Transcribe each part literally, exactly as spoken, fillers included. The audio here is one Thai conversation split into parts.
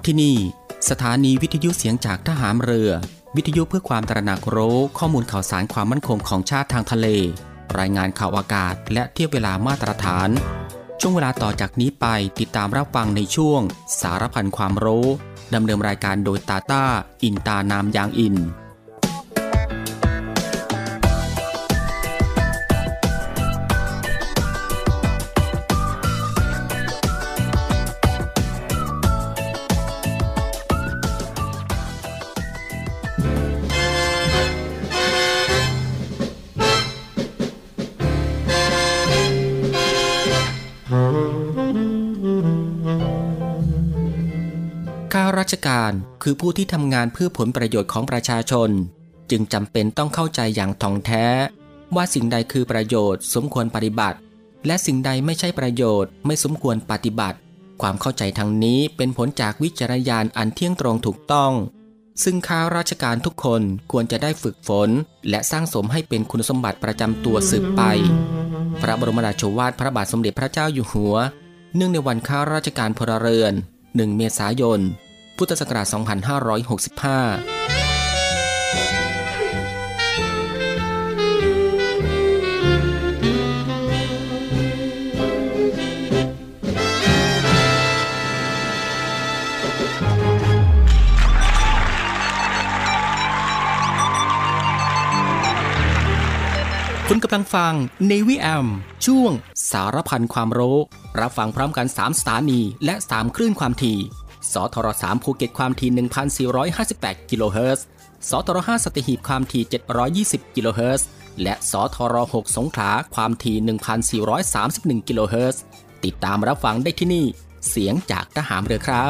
ที่นี่สถานีวิทยุเสียงจากทหารเรือวิทยุเพื่อความตระหนักรู้ข้อมูลข่าวสารความมั่นคงของชาติทางทะเลรายงานข่าวอากาศและเทียบเวลามาตรฐานช่วงเวลาต่อจากนี้ไปติดตามรับฟังในช่วงสารพันความรู้ดำเนินรายการโดยตาต้าอินตานามยางอินข้าราชการคือผู้ที่ทำงานเพื่อผลประโยชน์ของประชาชนจึงจำเป็นต้องเข้าใจอย่างท่องแท้ว่าสิ่งใดคือประโยชน์สมควรปฏิบัติและสิ่งใดไม่ใช่ประโยชน์ไม่สมควรปฏิบัติความเข้าใจทางนี้เป็นผลจากวิจารณญาณอันเที่ยงตรงถูกต้องซึ่งข้าราชการทุกคนควรจะได้ฝึกฝนและสร้างสมให้เป็นคุณสมบัติประจำตัวสืบไปพระบรมราโชวาทพระบาทสมเด็จพระเจ้าอยู่หัวเนื่องในวันข้าราชการพลเรือนหนึ่งเมษายนพุทธศักราชสองพันห้าร้อยหกสิบห้าคุณกำลังฟัง Navy เอ เอ็ม ช่วงสารพันความรู้รับฟังพร้อมกันสามสถานีและสามคลื่นความถี่สทรสามภูเก็ตความถี่ หนึ่งพันสี่ร้อยห้าสิบแปด กิโลเฮิรตซ์สทรห้าสัตหีบความถี่ เจ็ดร้อยยี่สิบ กิโลเฮิรตซ์และสทรหกสงขลาความถี่ หนึ่งพันสี่ร้อยสามสิบเอ็ด กิโลเฮิรตซ์ติดตามรับฟังได้ที่นี่เสียงจากทหารเรือครับ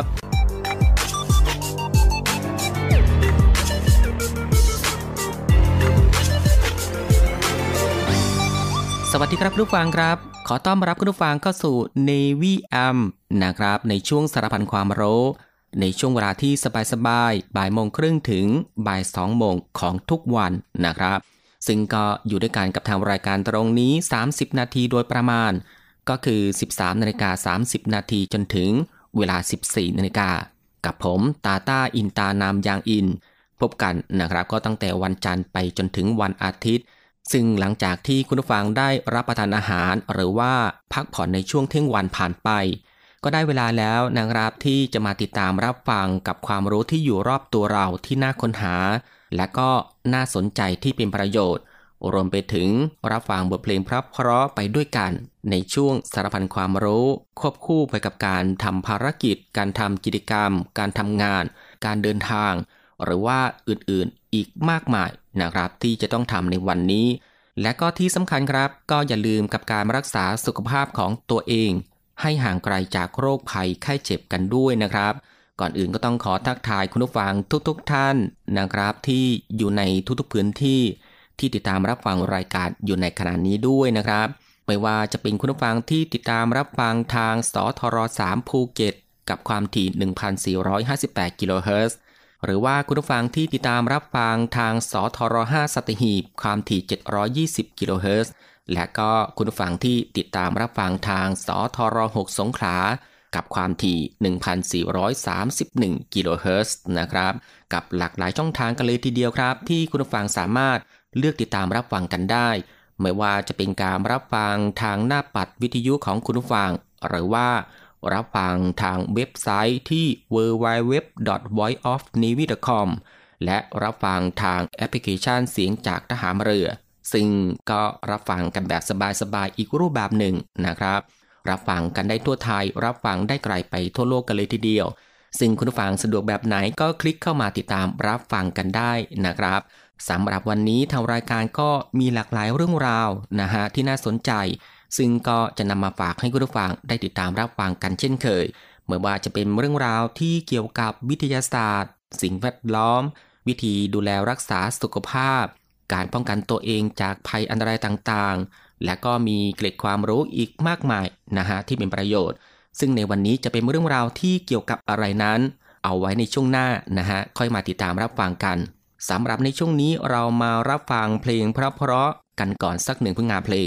สวัสดีครับผู้ฟังครับขอต้อนรับคุณผู้ฟังเข้าสู่ Navy เอ เอ็ม นะครับในช่วงสารพันความรู้ในช่วงเวลาที่สบายๆบ่ายโมงครึ่งถึงบ่ายสองโมงของทุกวันนะครับซึ่งก็อยู่ด้วยกันกับทางรายการตรงนี้สามสิบนาทีโดยประมาณก็คือ สิบสามนาฬิกาสามสิบนาทีจนถึงเวลา สิบสี่นาฬิกากับผมตาต้าอินตานามยางอินพบกันนะครับก็ตั้งแต่วันจันทร์ไปจนถึงวันอาทิตย์ซึ่งหลังจากที่คุณผู้ฟังได้รับประทานอาหารหรือว่าพักผ่อนในช่วงเที่ยงวันผ่านไปก็ได้เวลาแล้วนะครับที่จะมาติดตามรับฟังกับความรู้ที่อยู่รอบตัวเราที่น่าค้นหาและก็น่าสนใจที่เป็นประโยชน์รวมไปถึงรับฟังบทเพลงเพราะๆไปด้วยกันในช่วงสารพันความรู้ควบคู่ไปกับการทำภารกิจการทำกิจกรรมการทำงานการเดินทางหรือว่าอื่นๆอีกมากมายนะครับที่จะต้องทำในวันนี้และก็ที่สำคัญครับก็อย่าลืมกับการรักษาสุขภาพของตัวเองให้ห่างไกลจากโรคภัยไข้เจ็บกันด้วยนะครับก่อนอื่นก็ต้องขอทักทายคุณผู้ฟังทุกๆท่านนะครับที่อยู่ในทุกๆพื้นที่ที่ติดตามรับฟังรายการอยู่ในขณะนี้ด้วยนะครับไม่ว่าจะเป็นคุณผู้ฟังที่ติดตามรับฟังทางสทรสามภูเก็ตกับความถี่ หนึ่งพันสี่ร้อยห้าสิบแปด กิโลเฮิรตซ์หรือว่าคุณผู้ฟังที่ติดตามรับฟังทางสทรห้าสัตหีบความถี่ เจ็ดร้อยยี่สิบ กิโลเฮิรตซ์และก็คุณผู้ฟังที่ติดตามรับฟังทางสทรหกสงขลากับความถี่ หนึ่งพันสี่ร้อยสามสิบเอ็ด กิโลเฮิรตซ์นะครับกับหลากหลายช่องทางกันเลยทีเดียวครับที่คุณผู้ฟังสามารถเลือกติดตามรับฟังกันได้ไม่ว่าจะเป็นการรับฟังทางหน้าปัดวิทยุของคุณผู้ฟังหรือว่ารับฟังทางเว็บไซต์ที่ ดับเบิลยู ดับเบิลยู ดับเบิลยู ดอท วอยซ์ ออฟ เนวี่ ดอท คอม และรับฟังทางแอปพลิเคชันเสียงจากทหารเรือซึ่งก็รับฟังกันแบบสบายๆอีกรูปแบบหนึ่งนะครับรับฟังกันได้ทั่วไทยรับฟังได้ไกลไปทั่วโลกกันเลยทีเดียวซึ่งคุณผู้ฟังสะดวกแบบไหนก็คลิกเข้ามาติดตามรับฟังกันได้นะครับสำหรับวันนี้ทางรายการก็มีหลากหลายเรื่องราวนะฮะที่น่าสนใจซึ่งก็จะนำมาฝากให้คุณผู้ฟังได้ติดตามรับฟังกันเช่นเคยไม่ว่าจะเป็นเรื่องราวที่เกี่ยวกับวิทยาศาสตร์สิ่งแวดล้อมวิธีดูแลรักษาสุขภาพการป้องกันตัวเองจากภัยอันตรายต่างๆและก็มีเกร็ดความรู้อีกมากมายนะฮะที่เป็นประโยชน์ซึ่งในวันนี้จะเป็นเรื่องราวที่เกี่ยวกับอะไรนั้นเอาไว้ในช่วงหน้านะฮะค่อยมาติดตามรับฟังกันสำหรับในช่วงนี้เรามารับฟังเพลงเพราะๆกันก่อนสักหนึ่งผลงานเพลง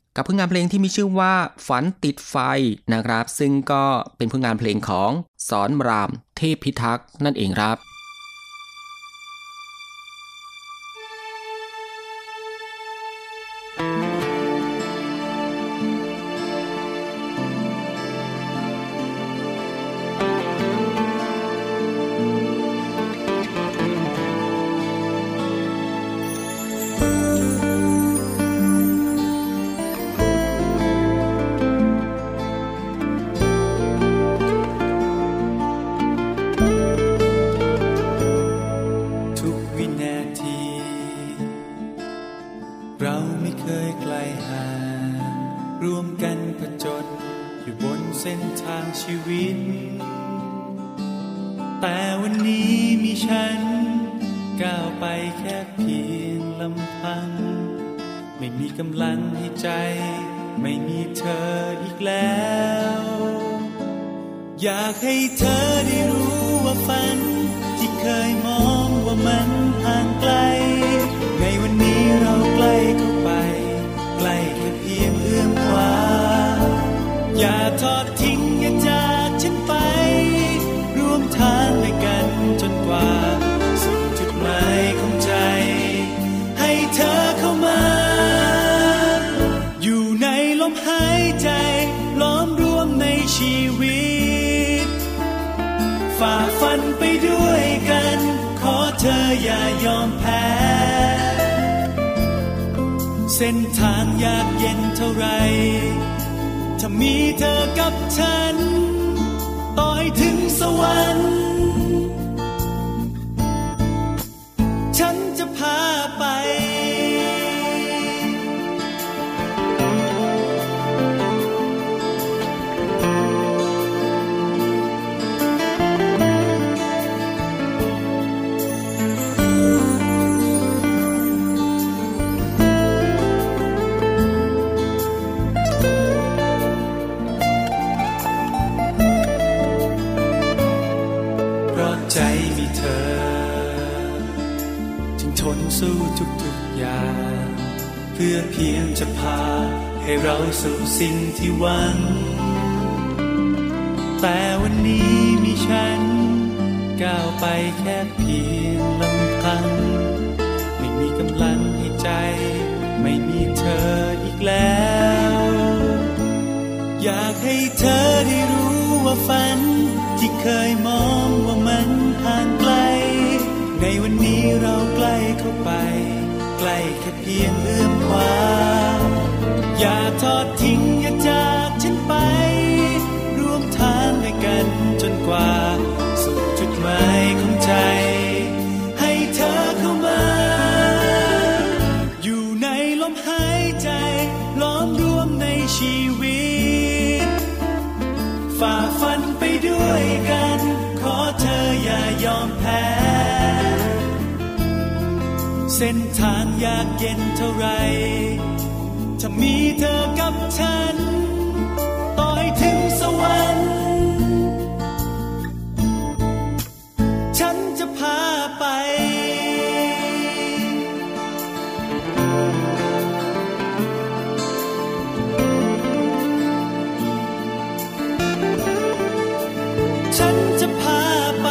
กับผลงานเพลงที่มีชื่อว่าฝันติดไฟนะครับซึ่งก็เป็นผลงานเพลงของสอนรามเทพพิทักษ์นั่นเองครับชีวิตแต่วันนี้มีฉันก้าวไปแค่เพียงลำพังไม่มีกำลังให้ใจไม่มีเธออีกแล้วอยากให้เธอได้รู้ว่าฝันที่เคยมองว่ามันห่างไกลในวันนี้เราใกล้เข้าไปใกล้แค่เพียงเอื้อมขวาอย่าทอดทิ้งอย่าจากฉันไปร่วมทางด้วยกันจนกว่าสุดจุดหมายของใจให้เธอเข้ามาอยู่ในลมหายใจล้อมรวมในชีวิตฝ่าฟันไปด้วยกันขอเธออย่ายอมแพ้เส้นทางยากเย็นเท่าไรถ้ามีเธอกับฉันต่อให้ถึงสวรรค์ฉันจะพาไปใจมีเธอจึงทนสู้ทุกๆอย่างเพื่อเพียงจะพาให้เราสู่สิ่งที่หวังแต่วันนี้มีฉันก้าวไปแค่เพียงลำพังไม่มีกำลังให้ใจไม่มีเธออีกแล้วอยากให้เธอได้รู้ว่าฝันที่เคยมองว่ามันห่างไกลในวันนี้เราใกล้เข้าไปใกล้แค่เพียงเอื้อมขวาอย่าทอดทิ้งอย่าจากฉันไปร่วมทางด้วยกันจนกว่าสุดจุดหมายของใจให้เธอเข้ามาอยู่ในลมหายใจล้อมรวมในชีวิตฝ่าฟันไปด้วยกันขอเธออย่ายอมแพ้เส้นทางยากเย็นเท่าไรถ้ามีเธอกับฉันต่อให้ถึงสวรรค์ฉันจะพาไปฉันจะพาไป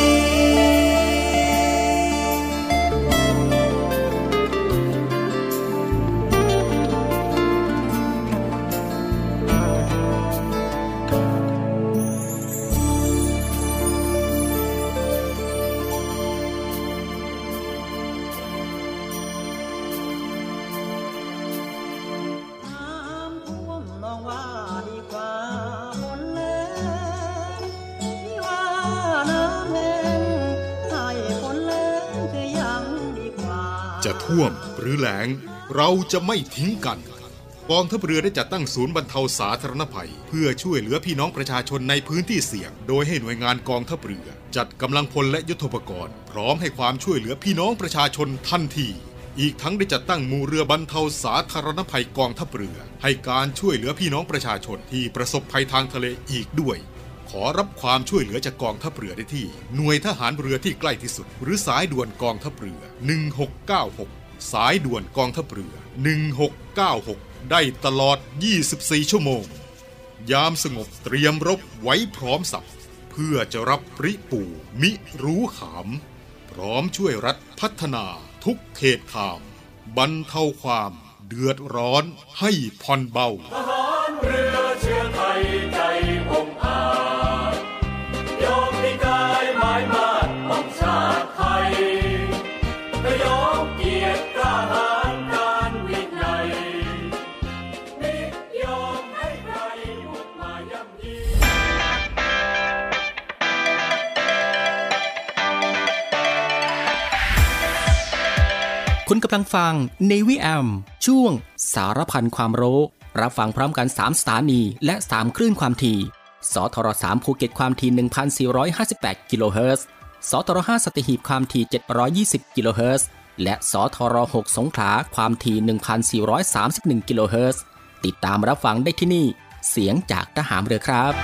จะท่วมหรือแล้งเราจะไม่ทิ้งกันกองทัพเรือได้จัดตั้งศูนย์บรรเทาสาธารณภัยเพื่อช่วยเหลือพี่น้องประชาชนในพื้นที่เสี่ยงโดยให้หน่วยงานกองทัพเรือจัดกำลังพลและยุทโธปกรณ์พร้อมให้ความช่วยเหลือพี่น้องประชาชนทันทีอีกทั้งได้จัดตั้งหมู่เรือบรรเทาสาธารณภัยกองทัพเรือให้การช่วยเหลือพี่น้องประชาชนที่ประสบภัยทางทะเลอีกด้วยขอรับความช่วยเหลือจากกองทัพเรือได้ที่หน่วยทหารเรือที่ใกล้ที่สุดหรือสายด่วนกองทัพเรือหนึ่งหกเก้าหกสายด่วนกองทัพเรือหนึ่งหกเก้าหกได้ตลอดยี่สิบสี่ชั่วโมงยามสงบเตรียมรบไว้พร้อมสับเพื่อจะรับปริปู่มิรู้ขามพร้อมช่วยรัฐพัฒนาทุกเขตขามบรรเทาความเดือดร้อนให้ผ่อนเบาทหารเรือเชื้อไทยใจองอาจยอมมีกายหมายมาดของชาติไทยและยอมเกียรติกล้าหาญการวินัยมิยอมให้ใครบุกมาย่ำยีคุณกำลังฟัง Navy เอ เอ็ม ช่วงสารพันความรู้รับฟังพร้อมกันสามสถานีและสามคลื่นความถี่สทรสามภูเก็ตความถี่ หนึ่งพันสี่ร้อยห้าสิบแปด กิโลเฮิรตซ์สทรห้าสัตหีบความถี่เจ็ดร้อยยี่สิบกิโลเฮิรตซ์และสทรหกสงขลาความถี่ หนึ่งพันสี่ร้อยสามสิบเอ็ด กิโลเฮิรตซ์ติดตามรับฟังได้ที่นี่เสียงจากทหารเรือครับ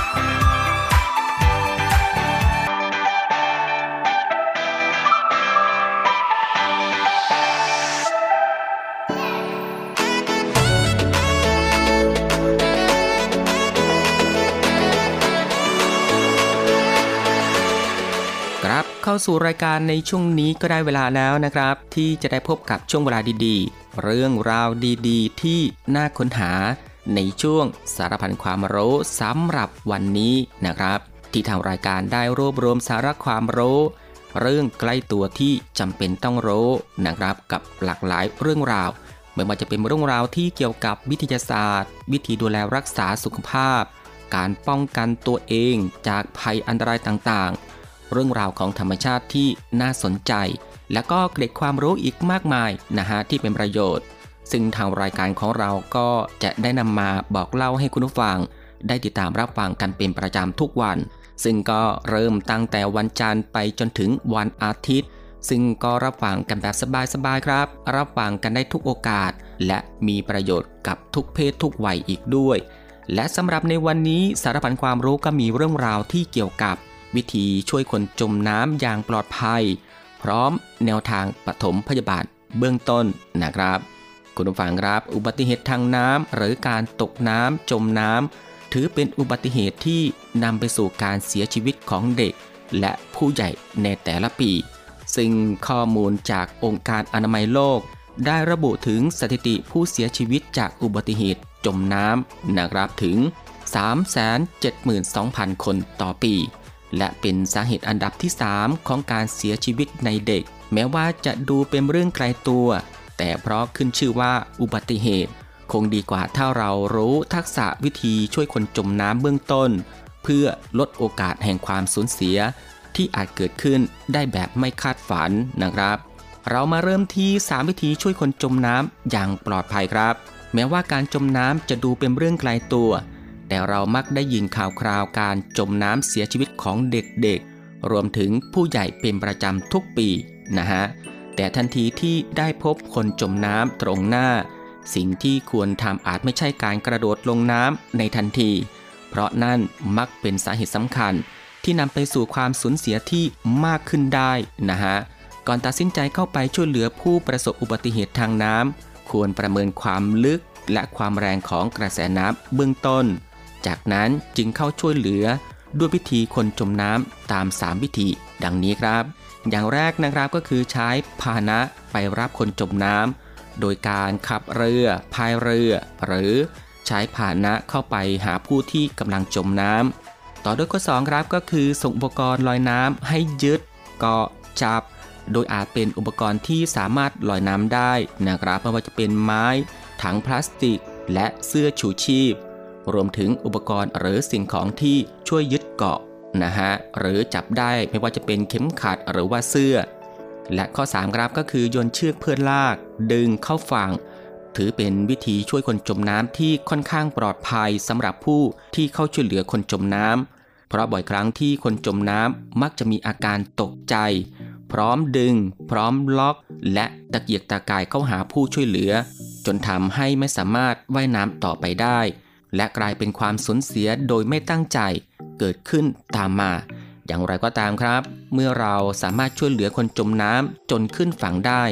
เข้าสู่รายการในช่วงนี้ก็ได้เวลาแล้วนะครับที่จะได้พบกับช่วงเวลาดีๆเรื่องราวดีๆที่น่าค้นหาในช่วงสารพันความรู้สำหรับวันนี้นะครับที่ทางรายการได้รวบรวมสาระความรู้เรื่องใกล้ตัวที่จำเป็นต้องรู้นะครับกับหลากหลายเรื่องราวไม่ว่าจะเป็นเรื่องราวที่เกี่ยวกับวิทยาศาสตร์วิธีดูแลรักษาสุขภาพการป้องกันตัวเองจากภัยอันตรายต่างๆเรื่องราวของธรรมชาติที่น่าสนใจและก็เกร็ดความรู้อีกมากมายนะฮะที่เป็นประโยชน์ซึ่งทางรายการของเราก็จะได้นำมาบอกเล่าให้คุณผู้ฟังได้ติดตามรับฟังกันเป็นประจำทุกวันซึ่งก็เริ่มตั้งแต่วันจันทร์ไปจนถึงวันอาทิตย์ซึ่งก็รับฟังกันแบบสบายๆครับรับฟังกันได้ทุกโอกาสและมีประโยชน์กับทุกเพศทุกวัยอีกด้วยและสำหรับในวันนี้สารพันความรู้ก็มีเรื่องราวที่เกี่ยวกับวิธีช่วยคนจมน้ำอย่างปลอดภัยพร้อมแนวทางปฐมพยาบาลเบื้องต้นนะครับคุณผู้ฟังครับอุบัติเหตุทางน้ำหรือการตกน้ำจมน้ำถือเป็นอุบัติเหตุที่นำไปสู่การเสียชีวิตของเด็กและผู้ใหญ่ในแต่ละปีซึ่งข้อมูลจากองค์การอนามัยโลกได้ระบุถึงสถิติผู้เสียชีวิตจากอุบัติเหตุจมน้ำนะครับถึง สามแสนเจ็ดหมื่นสองพัน คนต่อปีและเป็นสาเหตุอันดับที่สามของการเสียชีวิตในเด็กแม้ว่าจะดูเป็นเรื่องไกลตัวแต่เพราะขึ้นชื่อว่าอุบัติเหตุคงดีกว่าถ้าเรารู้ทักษะวิธีช่วยคนจมน้ำเบื้องต้นเพื่อลดโอกาสแห่งความสูญเสียที่อาจเกิดขึ้นได้แบบไม่คาดฝันนะครับเรามาเริ่มที่สามวิธีช่วยคนจมน้ำอย่างปลอดภัยครับแม้ว่าการจมน้ำจะดูเป็นเรื่องไกลตัวแต่เรามักได้ยินข่าวคราวการจมน้ำเสียชีวิตของเด็กๆรวมถึงผู้ใหญ่เป็นประจำทุกปีนะฮะแต่ทันทีที่ได้พบคนจมน้ำตรงหน้าสิ่งที่ควรทำอาจไม่ใช่การกระโดดลงน้ำในทันทีเพราะนั่นมักเป็นสาเหตุสำคัญที่นำไปสู่ความสูญเสียที่มากขึ้นได้นะฮะก่อนตัดสินใจเข้าไปช่วยเหลือผู้ประสบอุบัติเหตุทางน้ำควรประเมินความลึกและความแรงของกระแสน้ำเบื้องต้นจากนั้นจึงเข้าช่วยเหลือด้วยวิธีคนจมน้ำตามสามวิธีดังนี้ครับอย่างแรกนะครับก็คือใช้พาหนะไปรับคนจมน้ำโดยการขับเรือพายเรือหรือใช้พาหนะเข้าไปหาผู้ที่กำลังจมน้ำต่อด้วยข้อสองครับก็คือส่งอุปกรณ์ลอยน้ำให้ยึดเกาะจับโดยอาจเป็นอุปกรณ์ที่สามารถลอยน้ำได้นะครับไม่ว่าจะเป็นไม้ถังพลาสติกและเสื้อชูชีพรวมถึงอุปกรณ์หรือสิ่งของที่ช่วยยึดเกาะนะฮะหรือจับได้ไม่ว่าจะเป็นเข็มขัดหรือว่าเสื้อและข้อสามครับก็คือโยนเชือกเพื่อลากดึงเข้าฝั่งถือเป็นวิธีช่วยคนจมน้ำที่ค่อนข้างปลอดภัยสำหรับผู้ที่เข้าช่วยเหลือคนจมน้ำเพราะบ่อยครั้งที่คนจมน้ำมักจะมีอาการตกใจพร้อมดึงพร้อมล็อกและตะเกียกตะกายเข้าหาผู้ช่วยเหลือจนทำให้ไม่สามารถว่ายน้ำต่อไปได้และกลายเป็นความสูญเสียโดยไม่ตั้งใจเกิดขึ้นตามมาอย่างไรก็ตามครับเมื่อเราสามารถช่วยเหลือคนจมน้ำจนขึ้นฝั่งได้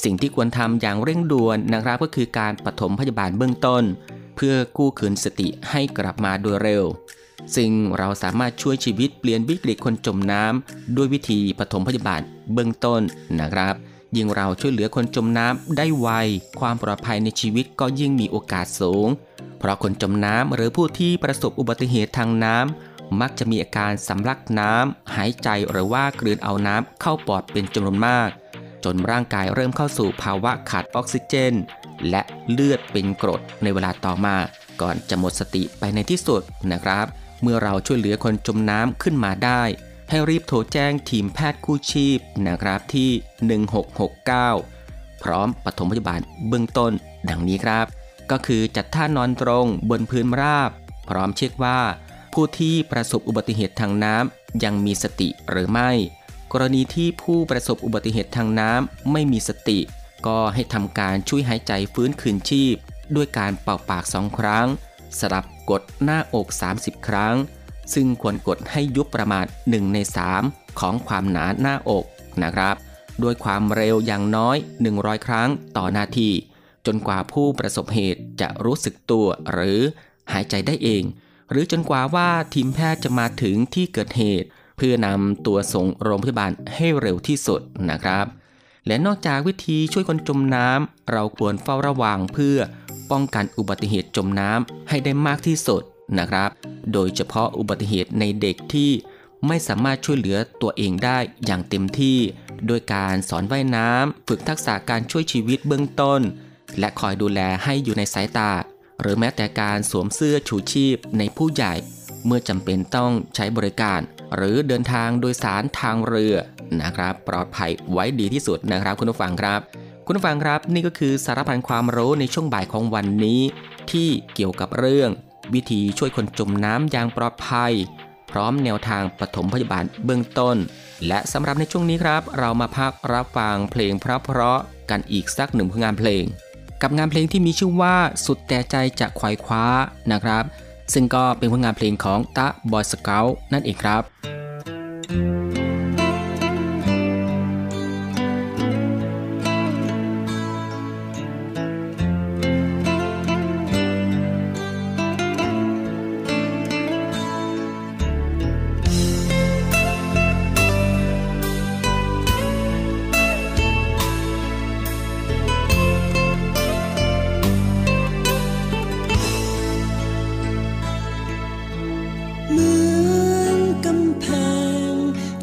สิ่งที่ควรทำอย่างเร่งด่วนนะครับก็คือการปฐมพยาบาลเบื้องต้นเพื่อกู้คืนสติให้กลับมาโดยเร็วซึ่งเราสามารถช่วยชีวิตเปลี่ยนวิกฤตคนจมน้ำด้วยวิธีปฐมพยาบาลเบื้องต้นนะครับยิ่งเราช่วยเหลือคนจมน้ำได้ไวความปลอดภัยในชีวิตก็ยิ่งมีโอกาสสูงเพราะคนจมน้ำหรือผู้ที่ประสบอุบัติเหตุทางน้ำมักจะมีอาการสำลักน้ำหายใจหรือว่ากลืนเอาน้ำเข้าปอดเป็นจำนวนมากจนร่างกายเริ่มเข้าสู่ภาวะขาดออกซิเจนและเลือดเป็นกรดในเวลาต่อมาก่อนจะหมดสติไปในที่สุดนะครับเมื่อเราช่วยเหลือคนจมน้ำขึ้นมาได้ให้รีบโทรแจ้งทีมแพทย์กู้ชีพนะครับที่หนึ่งหกหกเก้าพร้อมปฐมพยาบาลเบื้องต้นดังนี้ครับก็คือจัดท่านอนตรงบนพื้นราบพร้อมเช็คว่าผู้ที่ประสบอุบัติเหตุทางน้ำยังมีสติหรือไม่กรณีที่ผู้ประสบอุบัติเหตุทางน้ำไม่มีสติก็ให้ทำการช่วยหายใจฟื้นคืนชีพด้วยการเป่าปากสองครั้งสลับกดหน้าอกสามสิบครั้งซึ่งควรกดให้ยุบประมาณหนึ่งในสามของความหนาหน้าอกนะครับด้วยความเร็วอย่างน้อยหนึ่งร้อยครั้งต่อนาทีจนกว่าผู้ประสบเหตุจะรู้สึกตัวหรือหายใจได้เองหรือจนกว่าว่าทีมแพทย์จะมาถึงที่เกิดเหตุเพื่อนำตัวส่งโรงพยาบาลให้เร็วที่สุดนะครับและนอกจากวิธีช่วยคนจมน้ำเราควรเฝ้าระวังเพื่อป้องกันอุบัติเหตุจมน้ำให้ได้มากที่สุดนะครับโดยเฉพาะอุบัติเหตุในเด็กที่ไม่สามารถช่วยเหลือตัวเองได้อย่างเต็มที่โดยการสอนว่ายน้ำฝึกทักษะการช่วยชีวิตเบื้องต้นและคอยดูแลให้อยู่ในสายตาหรือแม้แต่การสวมเสื้อชูชีพในผู้ใหญ่เมื่อจำเป็นต้องใช้บริการหรือเดินทางโดยสารทางเรือนะครับปลอดภัยไว้ดีที่สุดนะครับคุณผู้ฟังครับคุณผู้ฟังครับนี่ก็คือสารพันความรู้ในช่วงบ่ายของวันนี้ที่เกี่ยวกับเรื่องวิธีช่วยคนจมน้ำอย่างปลอดภัยพร้อมแนวทางปฐมพยาบาลเบื้องต้นและสำหรับในช่วงนี้ครับเรามาพักรับฟังเพลงเพราะๆกันอีกสักหนึ่งผลงานเพลงกับงานเพลงที่มีชื่อว่าสุดแต่ใจจะไขว่คว้านะครับซึ่งก็เป็นผลงานเพลงของตะบอยสเกาต์นั่นเองครับเหมือนกำแพง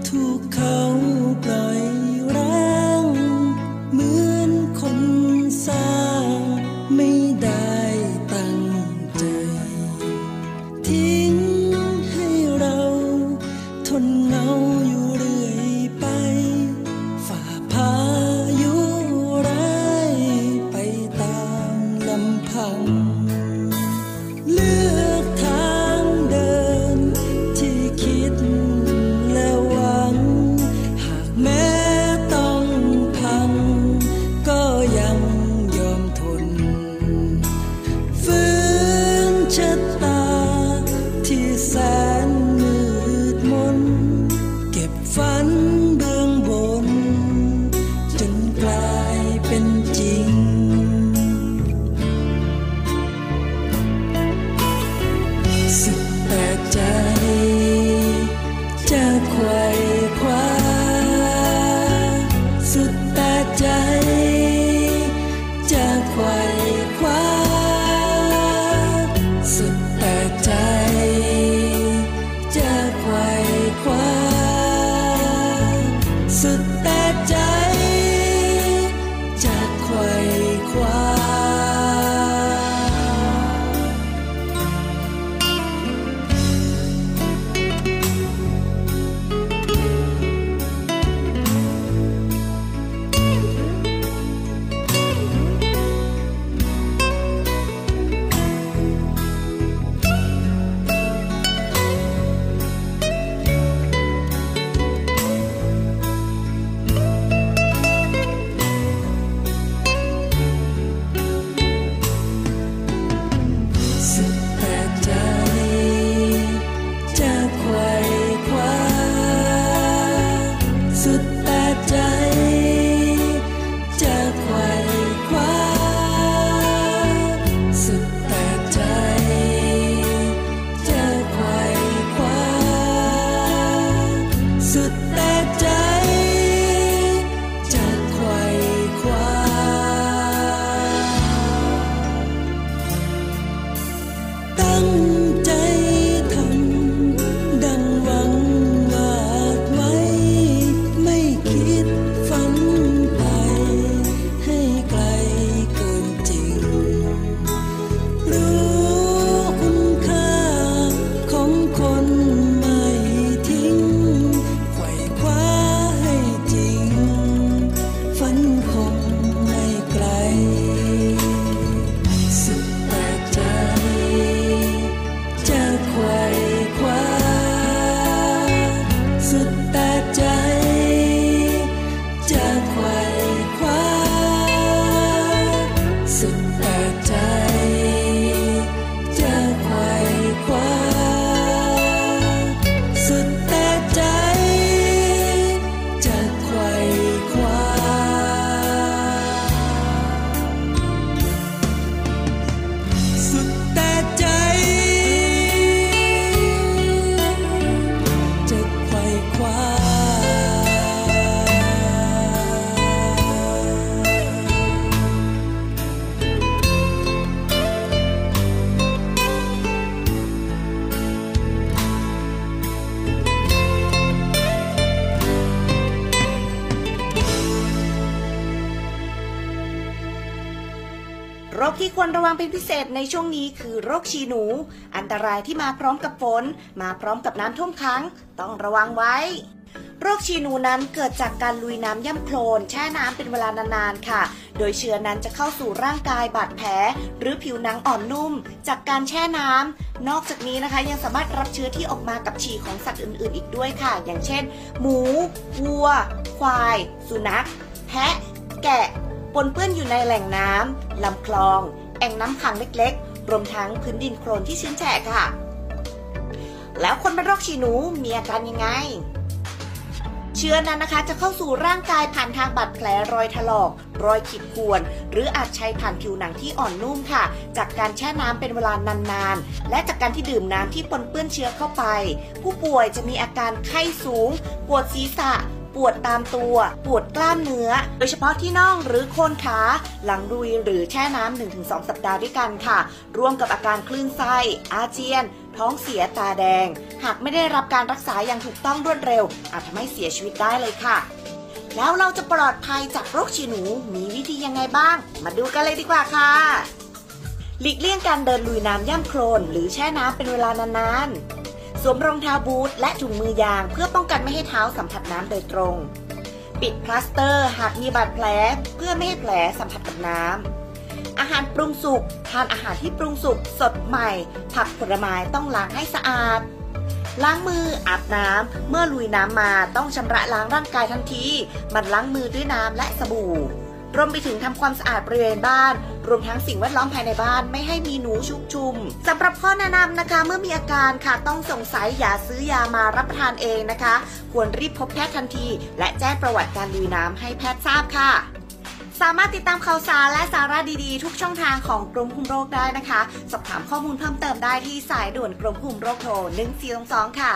โรคที่ควรระวังเป็นพิเศษในช่วงนี้คือโรคฉี่หนูอันตรายที่มาพร้อมกับฝนมาพร้อมกับน้ำท่วมขังต้องระวังไว้โรคฉี่หนูนั้นเกิดจากการลุยน้ำย่ำโคลนแช่น้ำเป็นเวลานานๆค่ะโดยเชื้อนั้นจะเข้าสู่ร่างกายบาดแผลหรือผิวหนังอ่อนนุ่มจากการแช่น้ำนอกจากนี้นะคะยังสามารถรับเชื้อที่ออกมากับฉี่ของสัตว์อื่นๆอีกด้วยค่ะอย่างเช่นหมูวัวควายสุนัขแพะแกะปนเปื้อนอยู่ในแหล่งน้ำลำคลองแอ่งน้ำขังเล็กๆรวมทั้งพื้นดินโคลนที่ชื้นแฉะค่ะแล้วคนเป็นโรคฉี่หนูมีอาการยังไงเชื้อนั้นนะคะจะเข้าสู่ร่างกายผ่านทางบาดแผลรอยถลอกรอยขีดข่วนหรืออาจใช้ผ่านผิวหนังที่อ่อนนุ่มค่ะจากการแช่น้ำเป็นเวลานานๆและจากการที่ดื่มน้ำที่ปนเปื้อนเชื้อเข้าไปผู้ป่วยจะมีอาการไข้สูงปวดศีรษะปวดตามตัวปวดกล้ามเนื้อโดยเฉพาะที่น่องหรือโคนขาหลังลุยหรือแช่น้ำ หนึ่งถึงสอง สัปดาห์ด้วยกันค่ะร่วมกับอาการคลื่นไส้อาเจียนท้องเสียตาแดงหากไม่ได้รับการรักษาอย่างถูกต้องรวดเร็วอาจทำให้เสียชีวิตได้เลยค่ะแล้วเราจะปลอดภัยจากโรคฉี่หนูมีวิธียังไงบ้างมาดูกันเลยดีกว่าค่ะหลีกเลี่ยงการเดินลุยน้ำย่ำโคลนหรือแช่น้ำเป็นเวลานานๆสวมรองเท้าบูทและถุงมือยางเพื่อป้องกันไม่ให้เท้าสัมผัสน้ำโดยตรงปิดพลาสเตอร์หากมีบาดแผลเพื่อไม่ให้แผลสัมผัสกับน้ำอาหารปรุงสุกทานอาหารที่ปรุงสุกสดใหม่ผักผลไม้ต้องล้างให้สะอาดล้างมืออาบน้ำเมื่อลุยน้ำมาต้องชำระล้างร่างกายทันทีมันล้างมือด้วยน้ำและสบู่รวมไปถึงทำความสะอาดบริเวณบ้านรวมทั้งสิ่งแวดล้อมภายในบ้านไม่ให้มีหนูชุกชุมสำหรับข้อแนะนำนะคะเมื่อมีอาการค่ะต้องสงสัยอย่าซื้อยามารับประทานเองนะคะควรรีบพบแพทย์ทันทีและแจ้งประวัติการลุยน้ำให้แพทย์ทราบค่ะสามารถติดตามข่าวสารและสาระดีๆทุกช่องทางของกรมควบคุมโรคได้นะคะสอบถามข้อมูลเพิ่มเติมได้ที่สายด่วนกรมควบคุมโรคโทรหนึ่งสี่สองสองค่ะ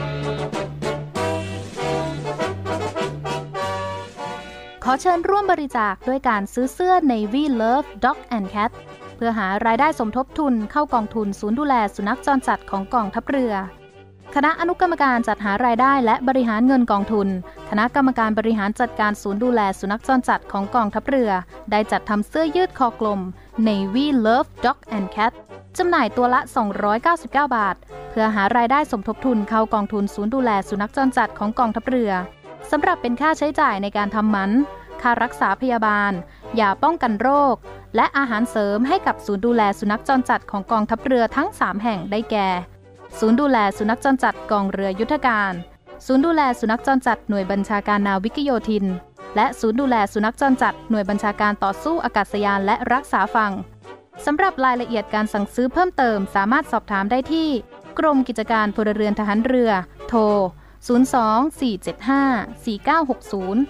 ขอเชิญร่วมบริจาคด้วยการซื้อเสื้อ Navy Love Dog and Cat เพื่อหารายได้สมทบทุนเข้ากองทุนศูนย์ดูแลสุนัขจรจัดของกองทัพเรือคณะอนุกรรมการจัดหารายได้และบริหารเงินกองทุนคณะกรรมการบริหารจัดการศูนย์ดูแลสุนัขจรจัดของกองทัพเรือได้จัดทำเสื้อยืดคอกลม Navy Love Dog and Cat จำหน่ายตัวละสองร้อยเก้าสิบเก้าบาทเพื่อหารายได้สมทบทุนเข้ากองทุนศูนย์ดูแลสุนัขจรจัดของกองทัพเรือสำหรับเป็นค่าใช้จ่ายในการทำหมันค่ารักษาพยาบาลยาป้องกันโรคและอาหารเสริมให้กับศูนย์ดูแลสุนัขจรจัดของกองทัพเรือทั้งสามแห่งได้แก่ศูนย์ดูแลสุนัขจรจัดกองเรือยุทธการศูนย์ดูแลสุนัขจรจัดหน่วยบัญชาการนาวิกโยธินและศูนย์ดูแลสุนัขจรจัดหน่วยบัญชาการต่อสู้อากาศยานและรักษาฝั่งสำหรับรายละเอียดการสั่งซื้อเพิ่มเติมสามารถสอบถามได้ที่กรมกิจการพลเรือนทหารเรือโทรศูนย์ สอง สี่ เจ็ด ห้า สี่ เก้า หก ศูนย์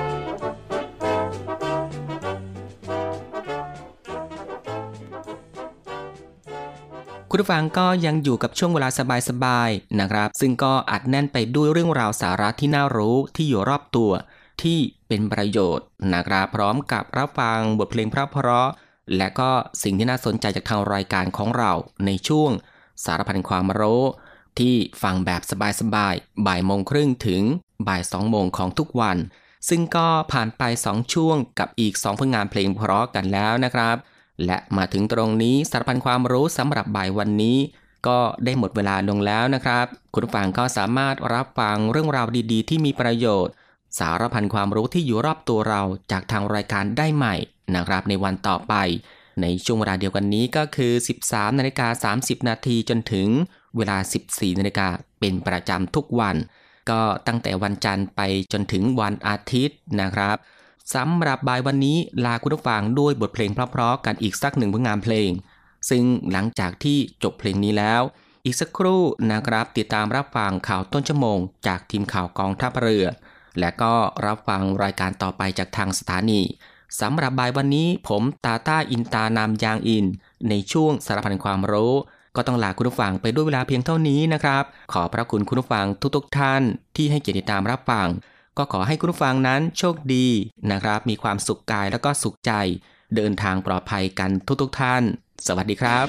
คุณผู้ฟังก็ยังอยู่กับช่วงเวลาสบายๆนะครับซึ่งก็อัดแน่นไปด้วยเรื่องราวสาระที่น่ารู้ที่อยู่รอบตัวที่เป็นประโยชน์นะครับพร้อมกับรับฟังบทเพลงเพราะๆและก็สิ่งที่น่าสนใจจากทางรายการของเราในช่วงสารพันความรู้ที่ฟังแบบสบายๆบ่ายโมงครึ่งถึงบ่ายสองโมงของทุกวันซึ่งก็ผ่านไปสองช่วงกับอีกสองผลงานเพลงเพราะกันแล้วนะครับและมาถึงตรงนี้สารพันความรู้สำหรับบ่ายวันนี้ก็ได้หมดเวลาลงแล้วนะครับคุณผู้ฟังก็สามารถรับฟังเรื่องราวดีๆที่มีประโยชน์สารพันความรู้ที่อยู่รอบตัวเราจากทางรายการได้ใหม่นะครับในวันต่อไปในช่วงเวลาเดียวกันนี้ก็คือ สิบสามนาฬิกาสามสิบนาทีจนถึงเวลา สิบสี่นาฬิกาเป็นประจำทุกวันก็ตั้งแต่วันจันทร์ไปจนถึงวันอาทิตย์นะครับสำหรับบ่ายวันนี้ลาคุณผู้ฟังด้วยบทเพลงเพราะๆกันอีกสักหนึ่งผลงานเพลงซึ่งหลังจากที่จบเพลงนี้แล้วอีกสักครู่นะครับติดตามรับฟังข่าวต้นชั่วโมงจากทีมข่าวกองทัพเรือและก็รับฟังรายการต่อไปจากทางสถานีสำหรับบ่ายวันนี้ผมตาต้าอินตานามยางอินในช่วงสารพันความรู้ก็ต้องลาคุณผู้ฟังไปด้วยเวลาเพียงเท่านี้นะครับขอพระคุณคุณผู้ฟังทุกๆท่านที่ให้เกียรติติดตามรับฟังก็ขอให้คุณผู้ฟังนั้นโชคดีนะครับมีความสุขกายแล้วก็สุขใจเดินทางปลอดภัยกันทุกๆท่านสวัสดีครับ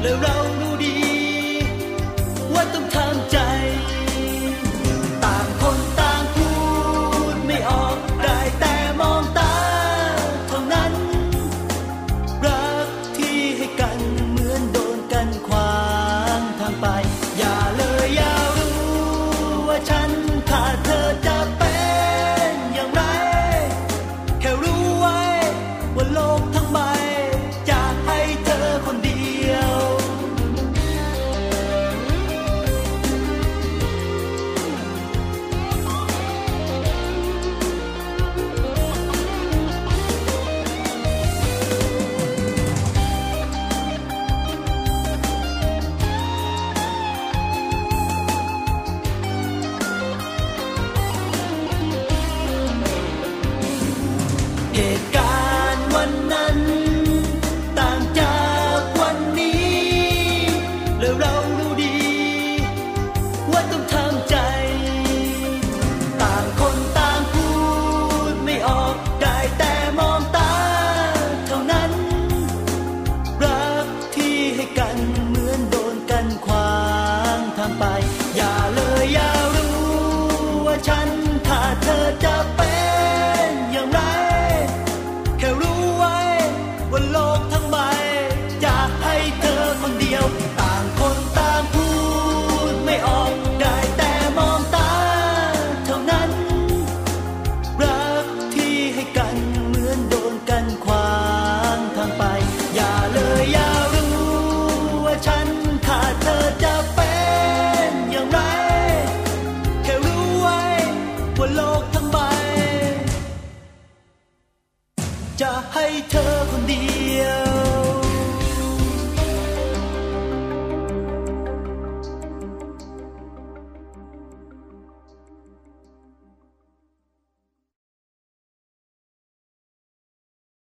แล้วเรารู้ดีว่าต้องทำใจต่างคนต่างพูดไม่ออกได้แต่มองตาเท่านั้นรักที่ให้กันเหมือนโดนกันขวางทางไปอย่าเลยอย่ารู้ว่าฉันขาดเธอจะเป็นอย่างไรแค่รู้ไว้ว่าโลกทั้งใบจะให้เธอคนเดียวเหตุการณ์วันนั้นต่างจากวันนี้แล้วเรารู้ดีว่าต้องทำใจต่างคนต่างพูดไม่ออกได้แต่มองตาเท่านั้นรักที่ให้กันเหมือนโดนกันขวางทางไปอย่าเลยอย่ารู้ว่าฉันขาดเธอจะเป็นอย่างไรแค่รู้ไว้ว่าโลกทั้งใบจะให้เธอคนเดียวต่างคนต่างพูดไม่ออกได้แต่มองตาเท่านั้นรักที่ให้กันเหมือนโดนกันขวางทางไปอย่าเลยอย่ารู้ว่าฉันขาดเธอจะเป็นอย่างไรแค่รู้ไว้ว่าโลกทั้งใบจะให้เธอคนเดียว